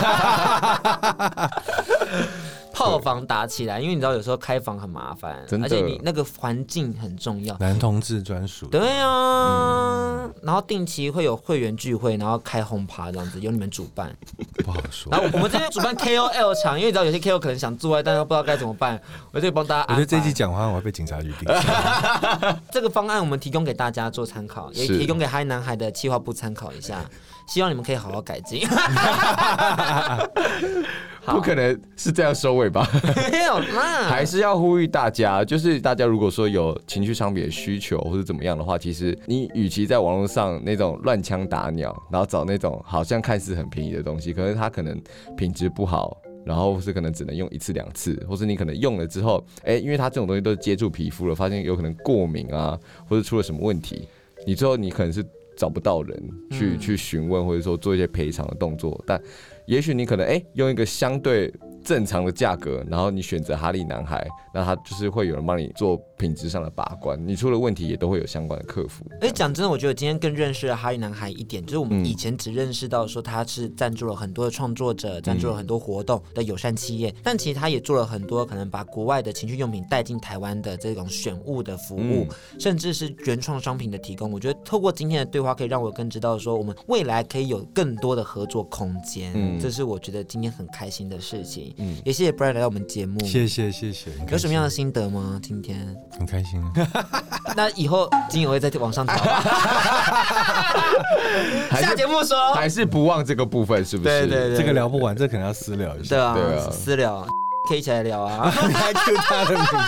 炮房打起来，因为你知道有时候开房很麻烦，而且你那个环境很重要， 男同志专属。 对啊，然后定期会有会员聚会，然后开轰趴这样子，由你们主办。 不好说。 然后我们这边主办 KOL 场，因为你知道有些 KOL 可能想做爱，但是不知道该怎么办，我就帮大家安排。 我觉得这一集讲话我会被警察局盯。 这个方案我们提供给大家做参考，也提供给嗨男孩的企划部参考一下。希望你们可以好好改进。 不可能是这样收尾吧？ 没有啦， 还是要呼吁大家，就是大家如果说有情趣商品的需求或者怎么样的话，其实你与其在网络上那种乱枪打鸟，然后找那种好像看似很便宜的东西，可是它可能品质不好，然后是可能只能用1次2次，或是你可能用了之后，因为它这种东西都是接触皮肤了，发现有可能过敏啊，或者出了什么问题。 你最后你可能是找不到人去询问，或者说做一些赔偿的动作，但也许你可能用一个相对正常的价格，然后你选择哈利男孩，那他就是会有人帮你做品质上的把关，你出了问题也都会有相关的客服。 讲真的，我觉得今天更认识了哈利男孩一点，就是我们以前只认识到说他是赞助了很多的创作者，赞助了很多活动的友善企业，但其实他也做了很多可能把国外的情趣用品带进台湾的这种选物的服务，甚至是原创商品的提供。我觉得透过今天的对话，可以让我更知道说我们未来可以有更多的合作空间，这是我觉得今天很开心的事情。也谢谢 Brian 来到我们节目， 谢谢。 有什么样的心得吗？今天很开心。 那以后金额会再往上调。下节目说， 还是不忘这个部分，是不是？ 对， 这个聊不完，这可能要私聊一下。 对啊，私聊可以一起来聊啊。 还 Q 他的名字。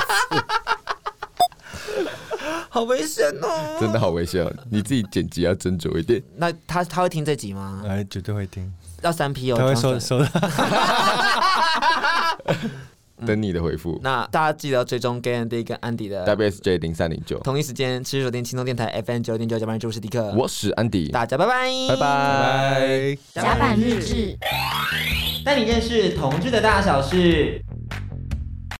好危险哦！ 真的好危险哦！你自己剪辑要斟酌一点。 那他会听这集吗？ 绝对会听。 要3P 哦， 他会收。 等你的回复。 那大家记得要追踪 Gay and D 跟安迪的 WSJ 0309， 同一时间持续锁定轻松电台 FM 9.9甲板日志，我是迪克， 我是安迪， 大家拜拜， 拜拜。 甲板日志， 带你认识同志的大小事。